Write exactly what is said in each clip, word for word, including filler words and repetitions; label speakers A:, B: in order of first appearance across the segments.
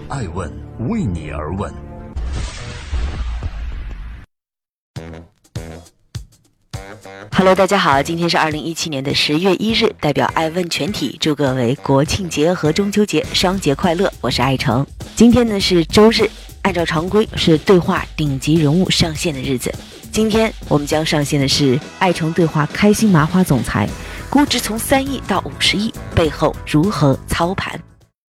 A: 爱问为你而问。
B: Hello， 大家好，今天是二零一七年的十月一日，代表爱问全体祝各位国庆节和中秋节双节快乐。我是爱成，今天呢是周日，按照常规是对话顶级人物上线的日子。今天我们将上线的是爱成对话开心麻花总裁，估值从三亿到五十亿，背后如何操盘？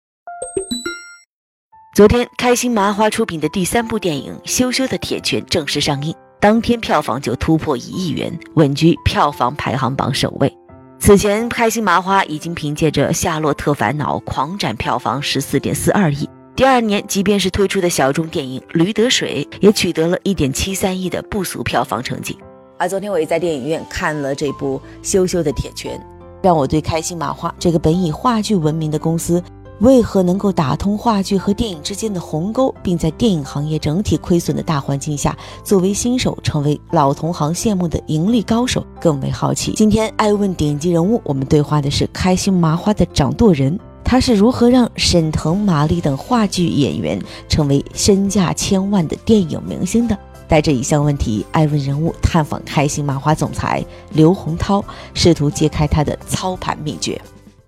B: 昨天，开心麻花出品的第三部电影《羞羞的铁拳》正式上映。当天票房就突破一亿元，稳居票房排行榜首位。此前开心麻花已经凭借着《夏洛特烦恼》狂斩票房 十四点四二亿，第二年即便是推出的小众电影《驴得水》也取得了 一点七三亿的不俗票房成绩。而昨天我也在电影院看了这部《羞羞的铁拳》，让我对开心麻花这个本以话剧闻名的公司为何能够打通话剧和电影之间的鸿沟，并在电影行业整体亏损的大环境下，作为新手成为老同行羡慕的盈利高手，更为好奇。今天爱问顶级人物，我们对话的是开心麻花的掌舵人，他是如何让沈腾、马丽等话剧演员成为身价千万的电影明星的？带着以上问题，爱问人物探访开心麻花总裁刘洪涛，试图揭开他的操盘秘诀。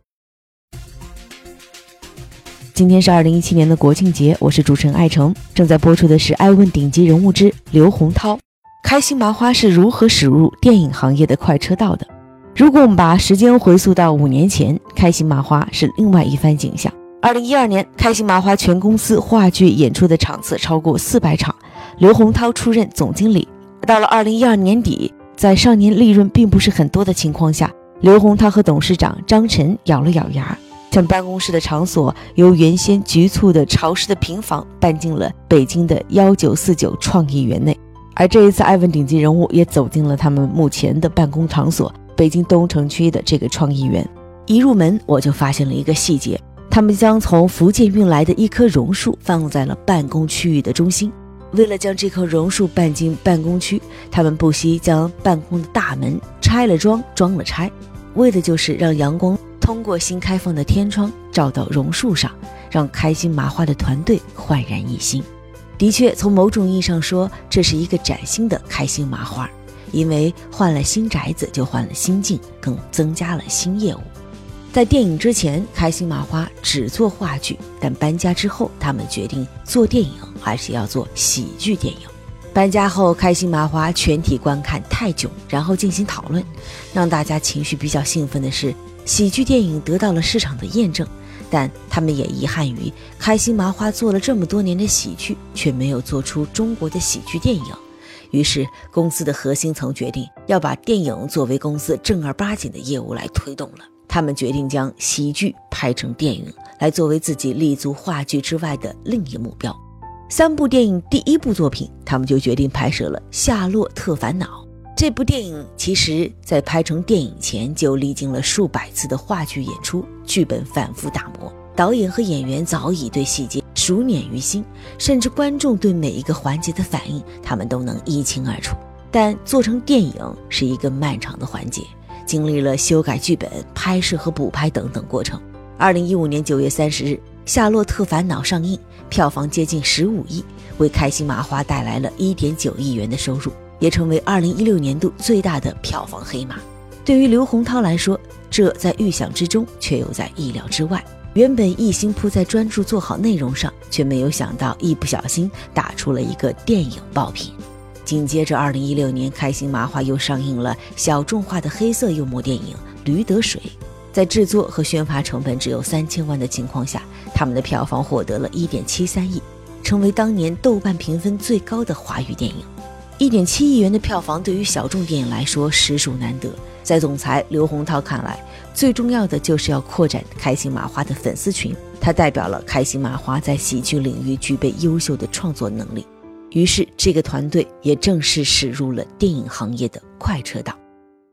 B: 今天是二零一七年的国庆节，我是主持人爱成，正在播出的是爱问顶级人物之刘洪涛。开心麻花是如何驶入电影行业的快车道的？如果我们把时间回溯到五年前，开心麻花是另外一番景象。二零一二年，开心麻花全公司话剧演出的场次超过四百场，刘洪涛出任总经理。到了二零一二年底，在上年利润并不是很多的情况下，刘洪涛和董事长张晨咬了咬牙，将办公室的场所由原先局促的潮湿的平房搬进了北京的一九四九创意园内。而这一次爱问顶级人物也走进了他们目前的办公场所，北京东城区的这个创意园。一入门我就发现了一个细节，他们将从福建运来的一棵榕树放在了办公区域的中心。为了将这棵榕树搬进办公区，他们不惜将办公的大门拆了装装了拆，为的就是让阳光通过新开放的天窗照到榕树上，让开心麻花的团队焕然一新。的确，从某种意义上说，这是一个崭新的开心麻花，因为换了新宅子就换了心境，更增加了新业务。在电影之前，开心麻花只做话剧，但搬家之后，他们决定做电影，还是要做喜剧电影。搬家后，开心麻花全体观看泰囧，然后进行讨论。让大家情绪比较兴奋的是，喜剧电影得到了市场的验证，但他们也遗憾于开心麻花做了这么多年的喜剧，却没有做出中国的喜剧电影。于是公司的核心层决定要把电影作为公司正儿八经的业务来推动了。他们决定将喜剧拍成电影，来作为自己立足话剧之外的另一目标。三部电影第一部作品，他们就决定拍摄了《夏洛特烦恼》。这部电影其实在拍成电影前就历经了数百次的话剧演出，剧本反复打磨，导演和演员早已对细节熟稔于心，甚至观众对每一个环节的反应他们都能一清二楚。但做成电影是一个漫长的环节，经历了修改剧本、拍摄和补拍等等过程。二零一五年九月三十日，《夏洛特烦恼》上映，票房接近十五亿，为开心麻花带来了 一点九亿元的收入，也成为二零一六年度最大的票房黑马。对于刘洪涛来说，这在预想之中，却又在意料之外。原本一心扑在专注做好内容上，却没有想到一不小心打出了一个电影爆品。紧接着二零一六年，开心麻花又上映了小众化的黑色幽默电影《驴得水》。在制作和宣发成本只有三千万的情况下，他们的票房获得了 一点七三亿，成为当年豆瓣评分最高的华语电影。一点七亿元的票房对于小众电影来说实属难得。在总裁刘洪涛看来，最重要的就是要扩展开心麻花的粉丝群，他代表了开心麻花在喜剧领域具备优秀的创作能力。于是这个团队也正式驶入了电影行业的快车道。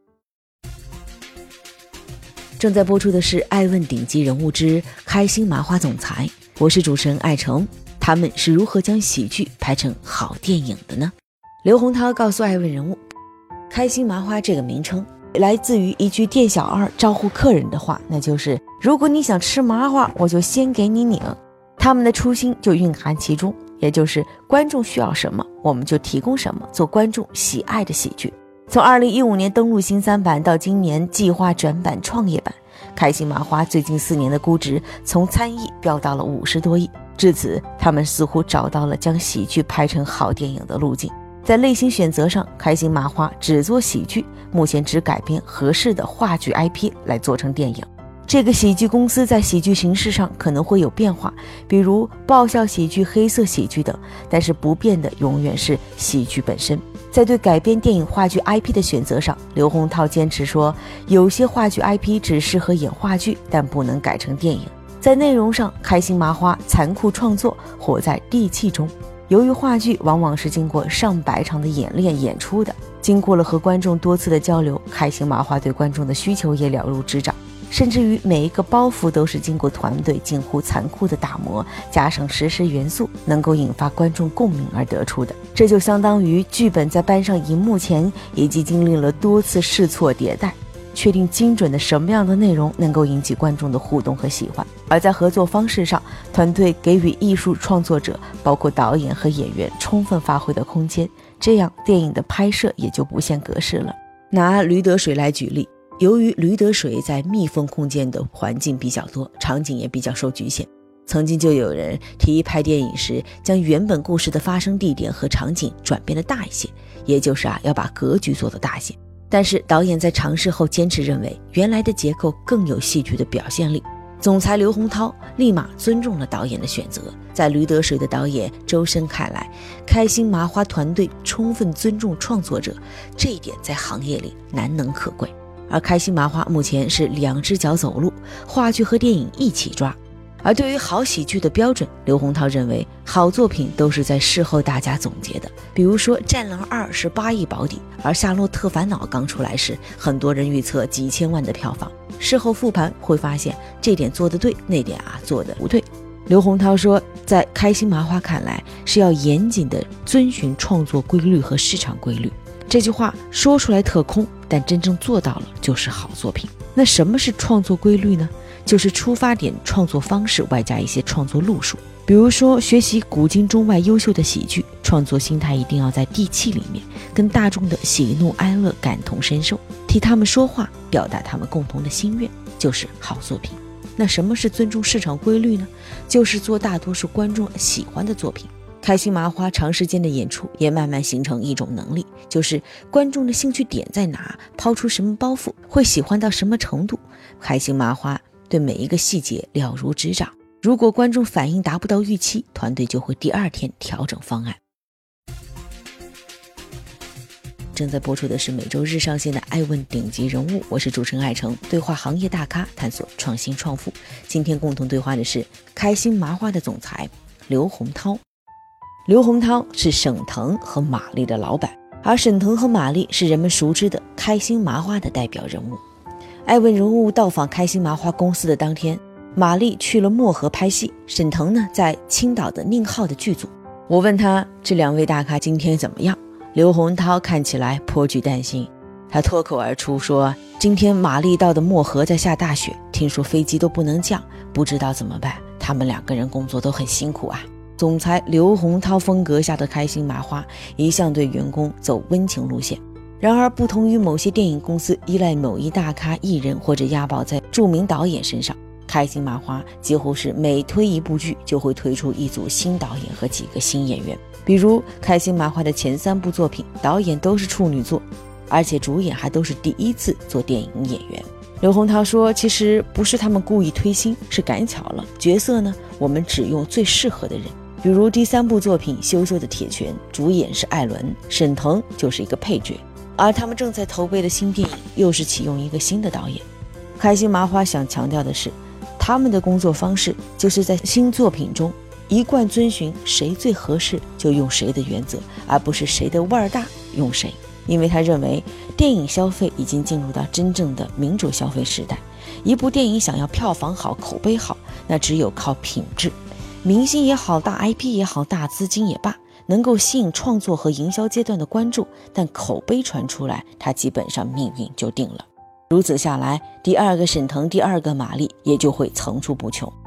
B: 正在播出的是爱问顶级人物之开心麻花总裁，我是主持人爱成。他们是如何将喜剧拍成好电影的呢？刘洪涛告诉爱问人物，开心麻花这个名称来自于一句店小二招呼客人的话，那就是如果你想吃麻花，我就先给你拧。 他们的初心就蕴含其中，也就是观众需要什么我们就提供什么，做观众喜爱的喜剧。从二零一五年登陆新三板到今年计划转版创业板，开心麻花最近四年的估值从三亿飙到了五十多亿。至此，他们似乎找到了将喜剧拍成好电影的路径。在类型选择上，开心麻花只做喜剧，目前只改编合适的话剧 I P 来做成电影。这个喜剧公司在喜剧形式上可能会有变化，比如爆笑喜剧、黑色喜剧等，但是不变的永远是喜剧本身。在对改编电影话剧 I P 的选择上，刘洪涛坚持说，有些话剧 I P 只适合演话剧，但不能改成电影。在内容上，开心麻花残酷创作，活在地气中。由于话剧往往是经过上百场的演练演出的，经过了和观众多次的交流，开心麻花对观众的需求也了如指掌，甚至于每一个包袱都是经过团队近乎残酷的打磨，加上实时元素，能够引发观众共鸣而得出的。这就相当于剧本在搬上荧幕前，以及经历了多次试错迭代，确定精准的什么样的内容能够引起观众的互动和喜欢。而在合作方式上，团队给予艺术创作者，包括导演和演员充分发挥的空间，这样电影的拍摄也就不限格式了。拿驴得水来举例，由于驴得水在密封空间的环境比较多，场景也比较受局限，曾经就有人提议拍电影时将原本故事的发生地点和场景转变的大一些，也就是啊要把格局做得大些。但是导演在尝试后坚持认为原来的结构更有戏剧的表现力，总裁刘洪涛立马尊重了导演的选择。在驴得水的导演周深看来，开心麻花团队充分尊重创作者，这一点在行业里难能可贵。而开心麻花目前是两只脚走路，话剧和电影一起抓。而对于好喜剧的标准，刘洪涛认为好作品都是在事后大家总结的。比如说《战狼二》是八亿保底，而《夏洛特烦恼》刚出来时，很多人预测几千万的票房，事后复盘会发现这点做得对，那点啊做得不对。刘洪涛说，在开心麻花看来是要严谨地遵循创作规律和市场规律。这句话说出来特空，但真正做到了就是好作品。那什么是创作规律呢？就是出发点、创作方式外加一些创作路数。比如说学习古今中外优秀的喜剧，创作心态一定要在地气里面，跟大众的喜怒哀乐感同身受，替他们说话，表达他们共同的心愿，就是好作品。那什么是尊重市场规律呢？就是做大多数观众喜欢的作品。开心麻花长时间的演出也慢慢形成一种能力，就是观众的兴趣点在哪，抛出什么包袱，会喜欢到什么程度。开心麻花对每一个细节了如指掌，如果观众反应达不到预期，团队就会第二天调整方案。正在播出的是每周日上线的爱问顶级人物，我是主持人艾诚，对话行业大咖，探索创新创富。今天共同对话的是开心麻花的总裁刘洪涛。刘洪涛是沈腾和马丽的老板，而沈腾和马丽是人们熟知的开心麻花的代表人物。爱问人物到访开心麻花公司的当天，马丽去了漠河拍戏，沈腾呢在青岛的宁浩的剧组。我问他这两位大咖今天怎么样，刘洪涛看起来颇具担心，他脱口而出说，今天马丽到的漠河在下大雪，听说飞机都不能降，不知道怎么办，他们两个人工作都很辛苦啊。总裁刘洪涛风格下的开心麻花一向对员工走温情路线，然而不同于某些电影公司依赖某一大咖艺人或者押宝在著名导演身上，开心麻花几乎是每推一部剧就会推出一组新导演和几个新演员。比如开心麻花的前三部作品导演都是处女座，而且主演还都是第一次做电影演员。刘洪涛说，其实不是他们故意推新，是赶巧了，角色呢我们只用最适合的人。比如第三部作品《羞羞的铁拳》，主演是艾伦，沈腾就是一个配角，而他们正在筹备的新电影又是启用一个新的导演。开心麻花想强调的是，他们的工作方式就是在新作品中一贯遵循谁最合适就用谁的原则，而不是谁的味儿大用谁。因为他认为电影消费已经进入到真正的民主消费时代，一部电影想要票房好、口碑好，那只有靠品质。明星也好，大 I P 也好，大资金也罢，能够吸引创作和营销阶段的关注，但口碑传出来，它基本上命运就定了。如此下来，第二个沈腾，第二个马丽也就会层出不穷。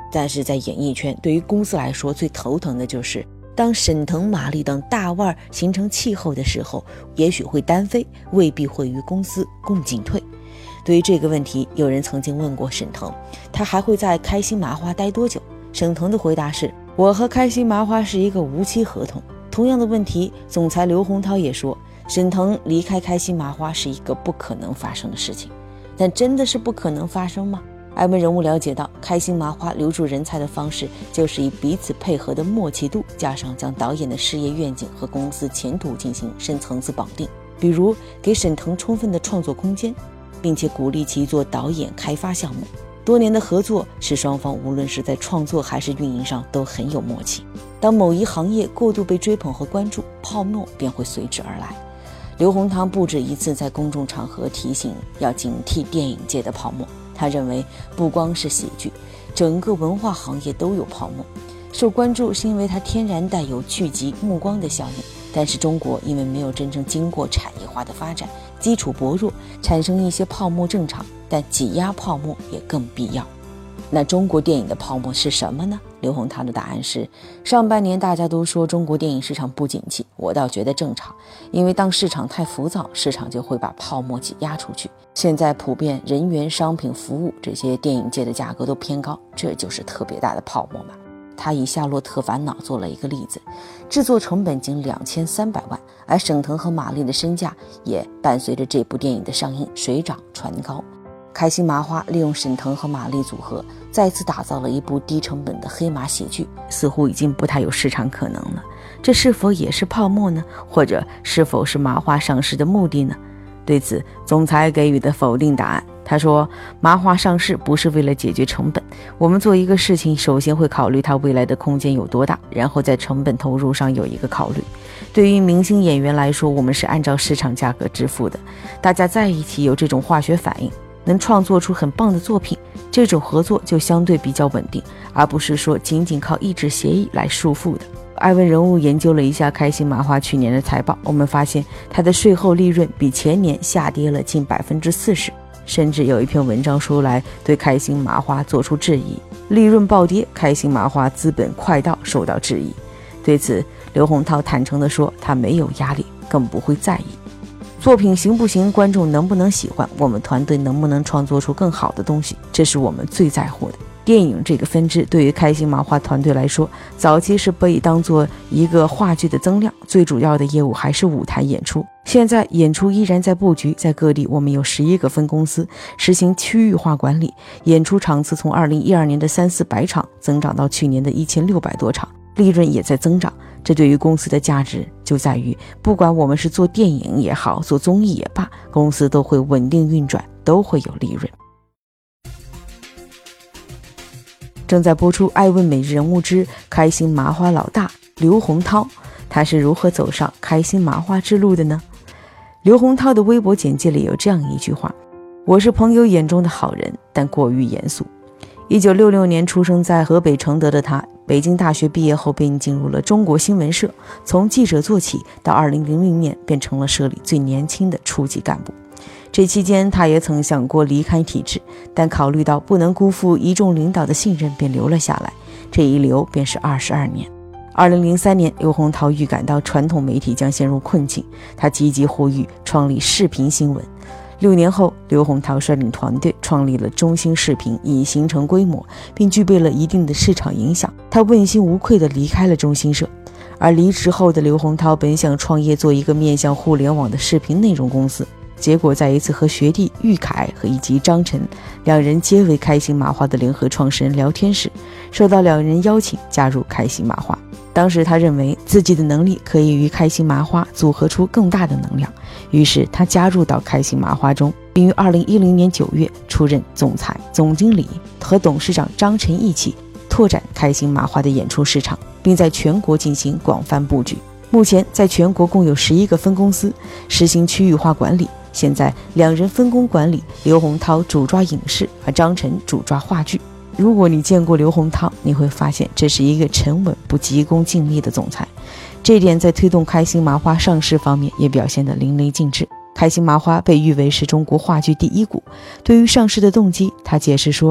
B: 但是在演艺圈，对于公司来说最头疼的就是当沈腾、马丽等大腕形成气候的时候，也许会单飞，未必会与公司共进退。对于这个问题，有人曾经问过沈腾，他还会在开心麻花待多久？沈腾的回答是，我和开心麻花是一个无期合同。同样的问题，总裁刘洪涛也说，沈腾离开开心麻花是一个不可能发生的事情。但真的是不可能发生吗？艾文人物了解到，开心麻花留住人才的方式就是以彼此配合的默契度，加上将导演的事业愿景和公司前途进行深层次绑定，比如给沈腾充分的创作空间，并且鼓励其做导演开发项目。多年的合作使双方无论是在创作还是运营上都很有默契。当某一行业过度被追捧和关注，泡沫便会随之而来。刘洪涛不止一次在公众场合提醒要警惕电影界的泡沫。他认为不光是喜剧，整个文化行业都有泡沫。受关注是因为它天然带有聚集目光的效应，但是中国因为没有真正经过产业化的发展，基础薄弱，产生一些泡沫正常，但挤压泡沫也更必要。那中国电影的泡沫是什么呢？刘洪涛的答案是，上半年大家都说中国电影市场不景气，我倒觉得正常，因为当市场太浮躁，市场就会把泡沫挤压出去。现在普遍人员、商品、服务这些电影界的价格都偏高，这就是特别大的泡沫嘛。他以夏洛特烦恼做了一个例子，制作成本仅两千三百万，而沈腾和马丽的身价也伴随着这部电影的上映水涨船高。开心麻花利用沈腾和马丽组合，再次打造了一部低成本的黑马喜剧，似乎已经不太有市场可能了。这是否也是泡沫呢？或者是否是麻花上市的目的呢？对此，总裁给予的否定答案。他说，麻花上市不是为了解决成本，我们做一个事情首先会考虑它未来的空间有多大，然后在成本投入上有一个考虑。对于明星演员来说，我们是按照市场价格支付的，大家在一起有这种化学反应，能创作出很棒的作品，这种合作就相对比较稳定，而不是说仅仅靠一纸协议来束缚的。艾文人物研究了一下开心麻花去年的财报，我们发现它的税后利润比前年下跌了近 百分之四十， 甚至有一篇文章出来对开心麻花做出质疑，利润暴跌，开心麻花资本快到受到质疑。对此，刘洪涛坦诚地说，他没有压力，更不会在意。作品行不行，观众能不能喜欢，我们团队能不能创作出更好的东西，这是我们最在乎的。电影这个分支对于开心麻花团队来说，早期是被当作一个话剧的增量，最主要的业务还是舞台演出。现在演出依然在布局，在各地我们有十一个分公司，实行区域化管理，演出场次从二零一二年的三四百场增长到去年的一千六百多场，利润也在增长。这对于公司的价值就在于，不管我们是做电影也好，做综艺也罢，公司都会稳定运转，都会有利润。正在播出《爱问每日人物之开心麻花老大刘洪涛》，他是如何走上开心麻花之路的呢？刘洪涛的微博简介里有这样一句话：我是朋友眼中的好人，但过于严肃。一九六六年出生在河北承德的他，北京大学毕业后便进入了中国新闻社，从记者做起，到二零零零年便成了社里最年轻的初级干部。这期间他也曾想过离开体制，但考虑到不能辜负一众领导的信任，便留了下来。这一留便是二十二年。二零零三年，刘洪涛预感到传统媒体将陷入困境，他积极呼吁创立视频新闻。六年后，刘洪涛率领团队创立了中兴视频，已形成规模，并具备了一定的市场影响。他问心无愧地离开了中兴社。而离职后的刘洪涛本想创业做一个面向互联网的视频内容公司，结果在一次和学弟玉凯和以及张晨两人皆为开心麻花的联合创始人聊天时，受到两人邀请加入开心麻花。当时他认为自己的能力可以与开心麻花组合出更大的能量，于是他加入到开心麻花中，并于二零一零年九月出任总裁、总经理，和董事长张晨一起拓展开心麻花的演出市场，并在全国进行广泛布局。目前在全国共有十一个分公司，实行区域化管理。现在两人分工管理，刘洪涛主抓影视，而张晨主抓话剧。如果你见过刘洪涛，你会发现这是一个沉稳不急功近利的总裁，这点在推动开心麻花上市方面也表现得淋漓尽致。开心麻花被誉为是中国话剧第一股，对于上市的动机，他解释说，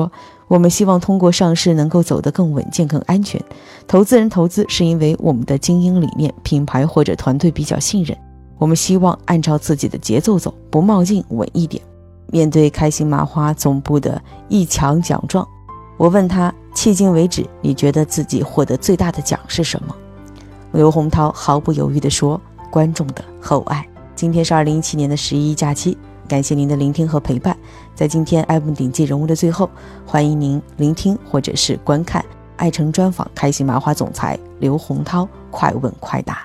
B: 我们希望通过上市能够走得更稳健、更安全。投资人投资是因为我们的经营理念、品牌或者团队比较信任。我们希望按照自己的节奏走，不冒进，稳一点。面对开心麻花总部的一强奖状，我问他，迄今为止你觉得自己获得最大的奖是什么？刘洪涛毫不犹豫地说，观众的厚爱。今天是二零一七年的十一假期，感谢您的聆听和陪伴。在今天爱问顶级人物的最后，欢迎您聆听或者是观看爱诚专访开心麻花总裁刘洪涛，快问快答。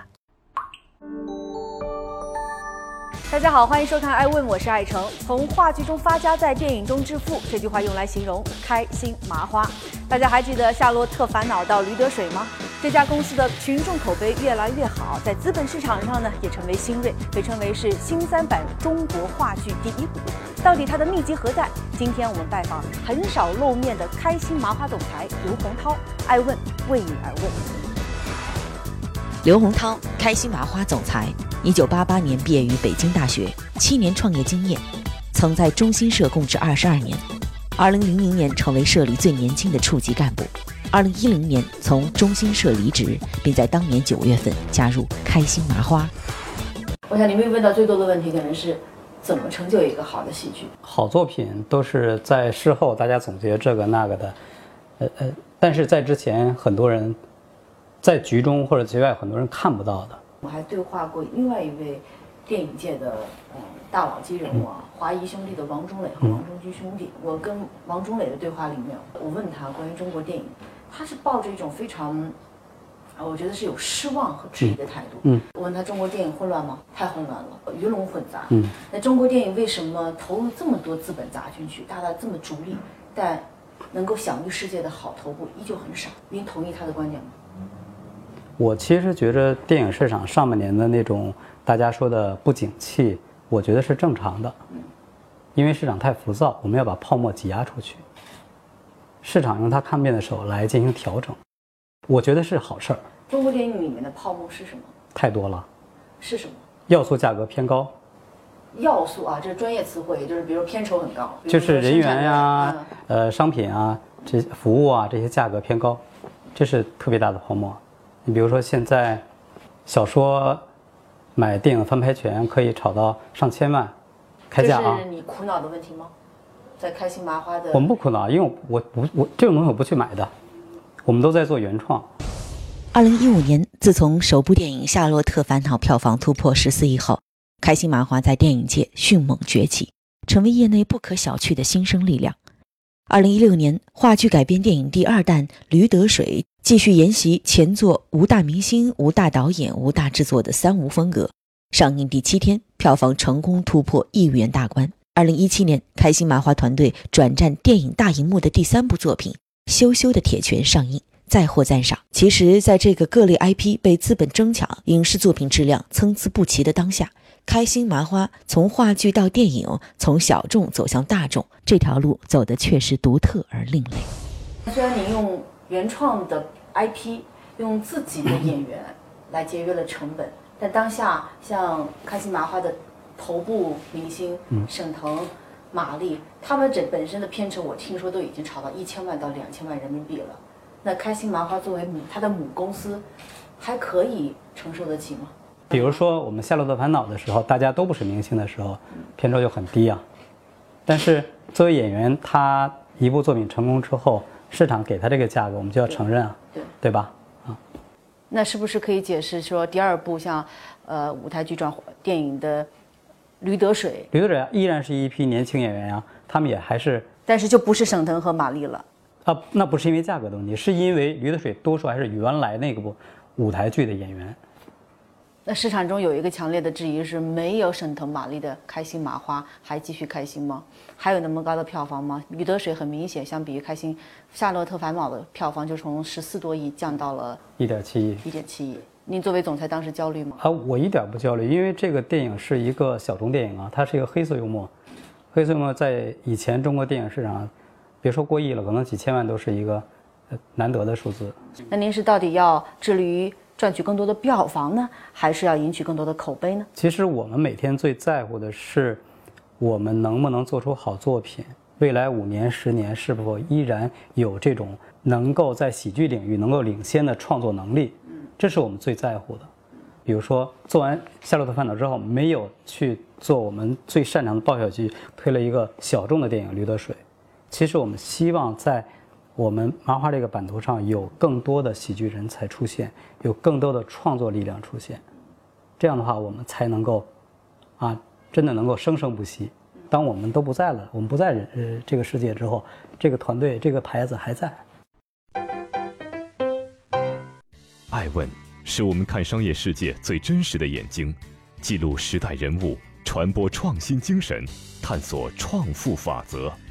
C: 大家好，欢迎收看爱问，我是爱诚。从话剧中发家，在电影中致富，这句话用来形容开心麻花。大家还记得《夏洛特烦恼》到《驴得水》吗？这家公司的群众口碑越来越好，在资本市场上呢也成为新锐，被称为是新三板中国话剧第一股。到底它的秘籍何在？今天我们拜访很少露面的开心麻花总裁刘洪涛，爱问为你而问。
B: 刘洪涛，开心麻花总裁，一九八八年毕业于北京大学，七年创业经验，曾在中新社供职二十二年。二零零零年成为社里最年轻的处级干部。二零一零年从中新社离职，并在当年九月份加入开心麻花。
C: 我想你们问到最多的问题可能是怎么成就一个好的戏剧？
D: 好作品都是在事后大家总结这个那个的，呃呃，但是在之前很多人在局中或者局外很多人看不到的。
C: 我还对话过另外一位电影界的呃大佬级人物啊，华谊兄弟的王中磊和王中军兄弟。我跟王中磊的对话里面，我问他关于中国电影，他是抱着一种非常，我觉得是有失望和质疑的态度。嗯，我问他中国电影混乱吗？太混乱了，鱼龙混杂。嗯，那中国电影为什么投入这么多资本砸进去，大大这么逐利，但能够享誉世界的好头部依旧很少？您同意他的观点吗？
D: 我其实觉得电影市场上半年的那种大家说的不景气，我觉得是正常的，因为市场太浮躁，我们要把泡沫挤压出去，市场用它看遍的手来进行调整，我觉得是好事儿。
C: 中国电影里面的泡沫是什么？
D: 太多了。
C: 是什么？
D: 要素价格偏高。
C: 要素啊，这是专业词汇，就是比如片酬很高，
D: 就是人员呀、啊嗯、呃商品啊、这服务啊这些价格偏高，这是特别大的泡沫。你比如说现在小说买电影翻拍权可以炒到上千万开价啊，
C: 这是你苦恼的问题吗？在开心麻花的
D: 我们不苦恼，因为我不我这种东西我不去买的，我们都在做原创。
B: 二零一五年，自从首部电影《夏洛特烦恼》票房突破十四亿后，开心麻花在电影界迅猛崛起，成为业内不可小觑的新生力量。二零一六年，话剧改编电影第二弹《驴得水》继续沿袭前作无大明星、无大导演、无大制作的三无风格，上映第七天，票房成功突破亿元大关。二零一七年，开心麻花团队转战电影大荧幕的第三部作品《羞羞的铁拳》上映，再获赞赏。其实，在这个各类 I P 被资本争抢、影视作品质量参差不齐的当下，开心麻花从话剧到电影，从小众走向大众，这条路走得确实独特而另类。
C: 虽然你用原创的 I P， 用自己的演员来节约了成本，但当下像开心麻花的头部明星沈腾、马丽，他们这本身的片酬我听说都已经炒到一千万到两千万人民币了。那开心麻花作为母，它的母公司，还可以承受得起吗？
D: 比如说我们《夏洛特烦恼》的时候，大家都不是明星的时候，片酬就很低啊。但是作为演员，他一部作品成功之后，市场给他这个价格，我们就要承认啊，
C: 对，
D: 对, 对吧？啊，
C: 那是不是可以解释说，第二部像呃舞台剧转电影的《驴得水》，
D: 驴得水依然是一批年轻演员呀、啊，他们也还是，
C: 但是就不是沈腾和马丽了
D: 啊？那不是因为价格的问题，是因为驴得水多数还是原来那个部舞台剧的演员。
C: 那市场中有一个强烈的质疑是，没有沈腾马丽的开心麻花还继续开心吗？还有那么高的票房吗？驴得水很明显，相比于开心夏洛特烦恼的票房就从十四多亿降到了
D: 一点七亿。
C: 一点七亿。您作为总裁当时焦虑吗？
D: 啊，我一点不焦虑，因为这个电影是一个小众电影啊，它是一个黑色幽默。黑色幽默在以前中国电影市场，别说过亿了，可能几千万都是一个难得的数字。
C: 那您是到底要致力于赚取更多的票房呢，还是要赢取更多的口碑呢？
D: 其实我们每天最在乎的是，我们能不能做出好作品。 未来五年、十年是否依然有这种能够在喜剧领域能够领先的创作能力，这是我们最在乎的。比如说做完《夏洛特烦恼》之后，没有去做我们最擅长的爆笑剧，推了一个小众的电影《驴得水》。其实我们希望在我们麻花这个版图上有更多的喜剧人才出现，有更多的创作力量出现，这样的话我们才能够啊真的能够生生不息。当我们都不在了，我们不在人呃这个世界之后，这个团队这个牌子还在。
E: 爱问是我们看商业世界最真实的眼睛，记录时代人物，传播创新精神，探索创富法则。